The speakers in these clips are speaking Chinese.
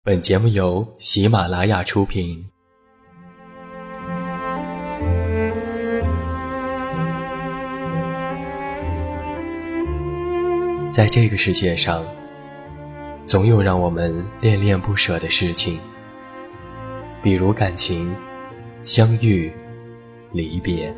本节目由喜马拉雅出品。在这个世界上，总有让我们恋恋不舍的事情，比如感情、相遇、离别。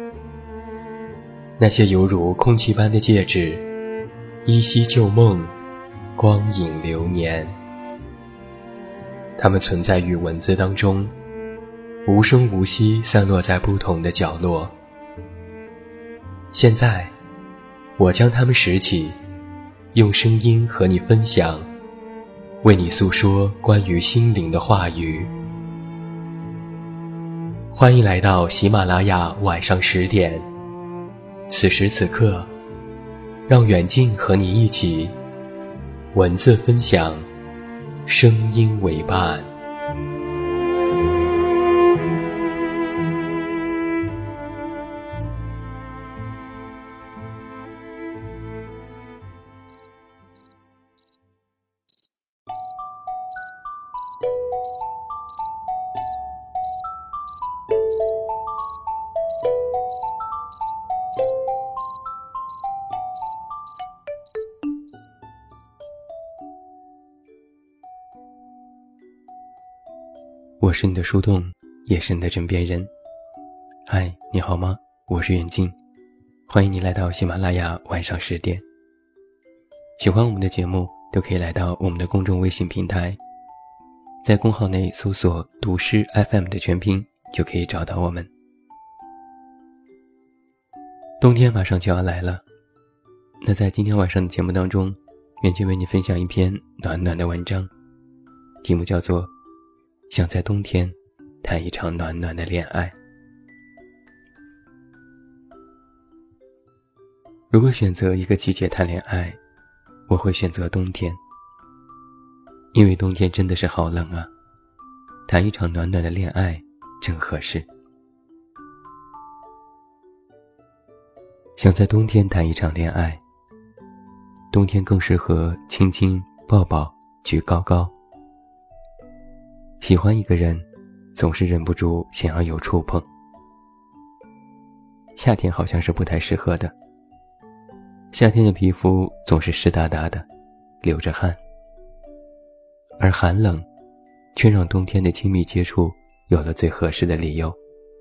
那些犹如空气般的戒指，依稀旧梦，光影流年。它们存在于文字当中，无声无息散落在不同的角落。现在，我将它们拾起，用声音和你分享，为你诉说关于心灵的话语。欢迎来到喜马拉雅晚上10点，此时此刻，让远近和你一起文字分享，声音为伴。我是你的树洞，也是你的枕边人。嗨，你好吗？我是远近，欢迎你来到喜马拉雅晚上10点。喜欢我们的节目，都可以来到我们的公众微信平台，在公号内搜索读诗 FM 的全拼，就可以找到我们。冬天马上就要来了，那在今天晚上的节目当中，远近为你分享一篇暖暖的文章，题目叫做想在冬天谈一场暖暖的恋爱。如果选择一个季节谈恋爱，我会选择冬天，因为冬天真的是好冷啊，谈一场暖暖的恋爱正合适。想在冬天谈一场恋爱，冬天更适合亲亲抱抱举高高。喜欢一个人，总是忍不住想要有触碰。夏天好像是不太适合的，夏天的皮肤总是湿哒哒的，流着汗，而寒冷却让冬天的亲密接触有了最合适的理由。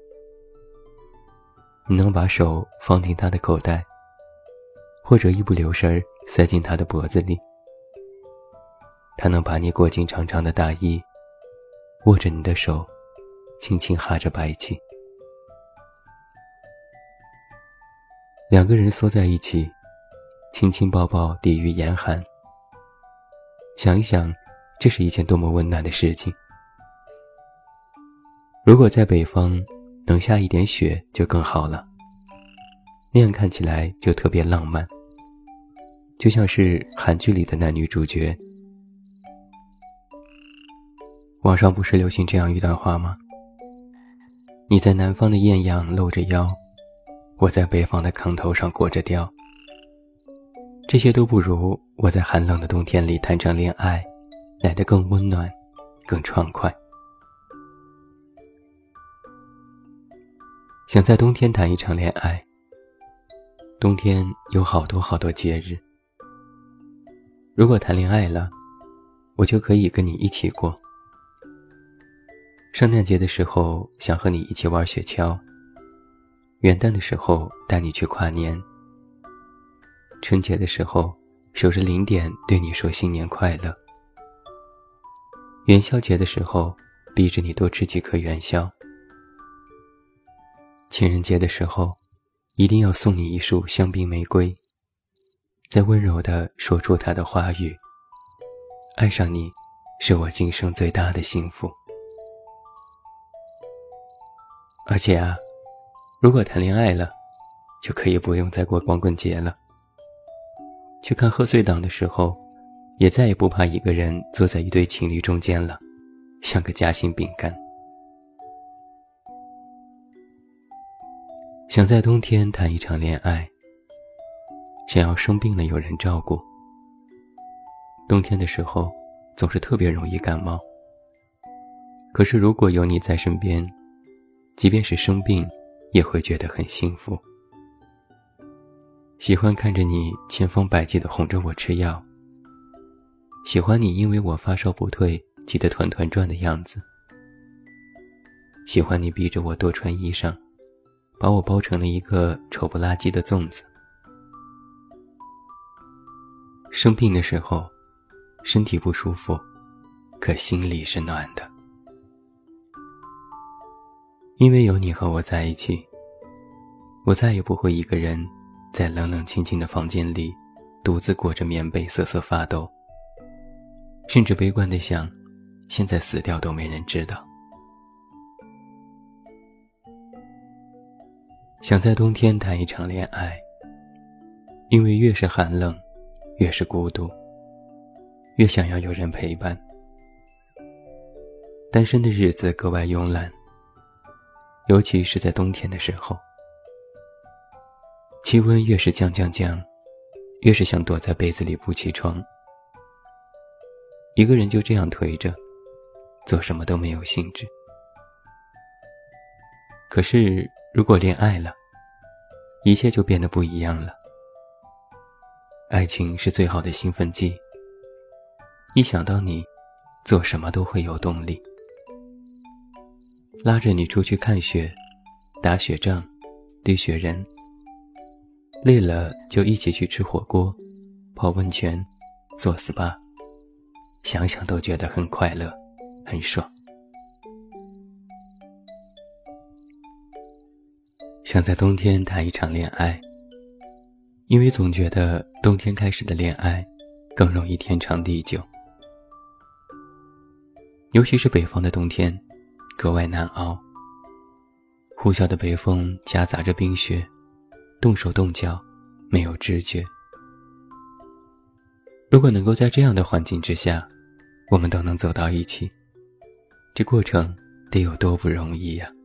你能把手放进他的口袋，或者一不留神塞进他的脖子里，他能把你裹进长长的大衣，握着你的手，轻轻哈着白气。两个人缩在一起，亲亲抱抱抵御严寒。想一想，这是一件多么温暖的事情。如果在北方能下一点雪就更好了，那样看起来就特别浪漫，就像是韩剧里的男女主角。网上不是流行这样一段话吗？你在南方的艳阳露着腰，我在北方的炕头上裹着貂。这些都不如我在寒冷的冬天里谈场恋爱来得更温暖，更畅快。想在冬天谈一场恋爱，冬天有好多好多节日。如果谈恋爱了，我就可以跟你一起过。圣诞节的时候想和你一起玩雪橇，元旦的时候带你去跨年，春节的时候守着0点对你说新年快乐，元宵节的时候逼着你多吃几颗元宵，情人节的时候一定要送你一束香槟玫瑰，再温柔地说出它的花语，爱上你是我今生最大的幸福。而且啊，如果谈恋爱了，就可以不用再过光棍节了。去看贺岁档的时候，也再也不怕一个人坐在一对情侣中间了，像个夹心饼干。想在冬天谈一场恋爱，想要生病了有人照顾。冬天的时候， 总是特别容易感冒。可是如果有你在身边，即便是生病，也会觉得很幸福。喜欢看着你千方百计地哄着我吃药，喜欢你因为我发烧不退急得团团转的样子，喜欢你逼着我多穿衣裳，把我包成了一个丑不拉几的粽子。生病的时候，身体不舒服，可心里是暖的。因为有你和我在一起，我再也不会一个人在冷冷清清的房间里独自裹着棉被瑟瑟发抖，甚至悲观地想，现在死掉都没人知道。想在冬天谈一场恋爱，因为越是寒冷，越是孤独，越想要有人陪伴。单身的日子格外慵懒，尤其是在冬天的时候，气温越是降，越是想躲在被子里不起床。一个人就这样颓着，做什么都没有兴致。可是如果恋爱了，一切就变得不一样了。爱情是最好的兴奋剂，一想到你，做什么都会有动力。拉着你出去看雪，打雪仗，堆雪人，累了就一起去吃火锅，泡温泉，做 SPA， 想想都觉得很快乐，很爽。想在冬天谈一场恋爱，因为总觉得冬天开始的恋爱更容易天长地久。尤其是北方的冬天格外难熬，呼啸的北风夹杂着冰雪，动手动脚，没有知觉。如果能够在这样的环境之下，我们都能走到一起，这过程得有多不容易呀！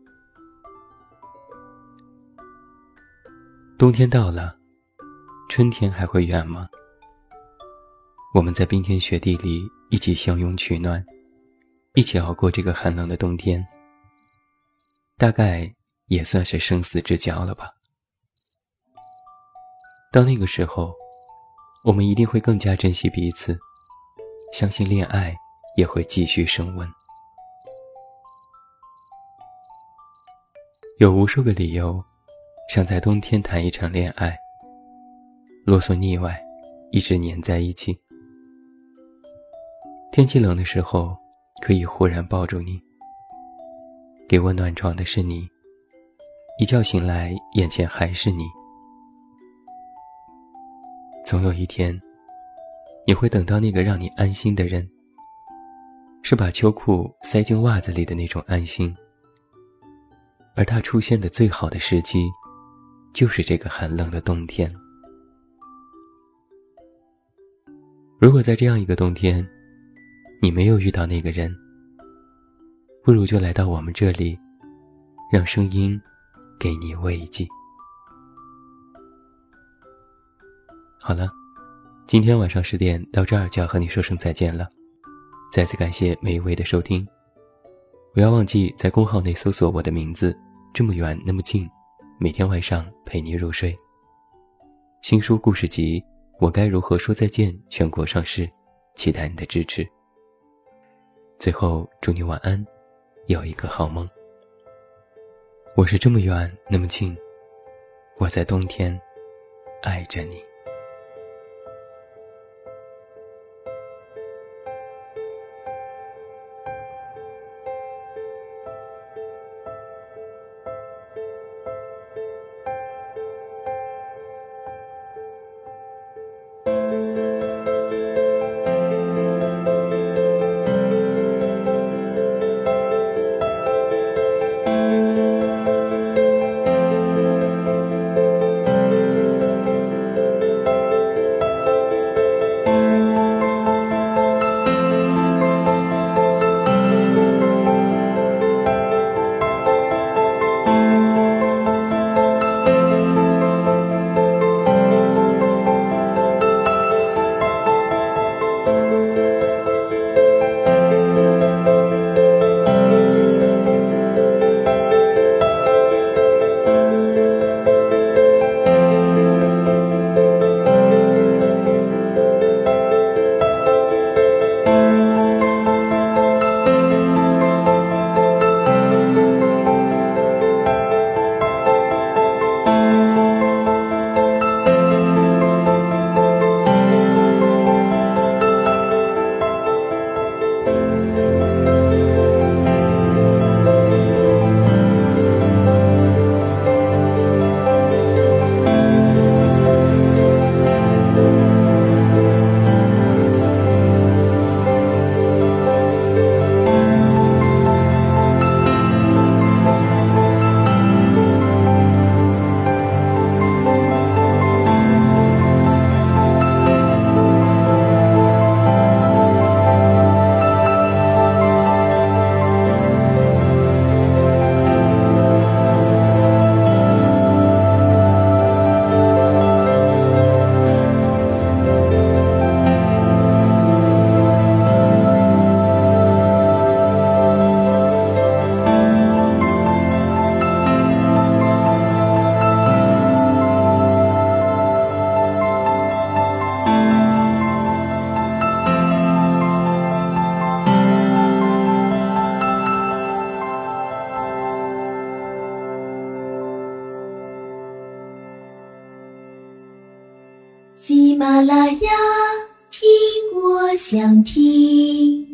冬天到了，春天还会远吗？我们在冰天雪地里一起相拥取暖，一起熬过这个寒冷的冬天，大概也算是生死之交了吧。到那个时候，我们一定会更加珍惜彼此，相信恋爱也会继续升温。有无数个理由想在冬天谈一场恋爱，啰嗦腻歪，一直黏在一起。天气冷的时候，可以忽然抱住你，给我暖床的是你，一觉醒来眼前还是你。总有一天，你会等到那个让你安心的人，是把秋裤塞进袜子里的那种安心，而他出现的最好的时机，就是这个寒冷的冬天。如果在这样一个冬天，你没有遇到那个人，不如就来到我们这里，让声音给你慰藉。好了，今天晚上10点到这儿就要和你说声再见了。再次感谢每一位的收听，不要忘记在公号内搜索我的名字，这么远那么近，每天晚上陪你入睡。新书故事集《我该如何说再见》全国上市，期待你的支持。最后祝你晚安，有一个好梦。我是这么远那么近，我在冬天爱着你。 马拉雅，听我想听。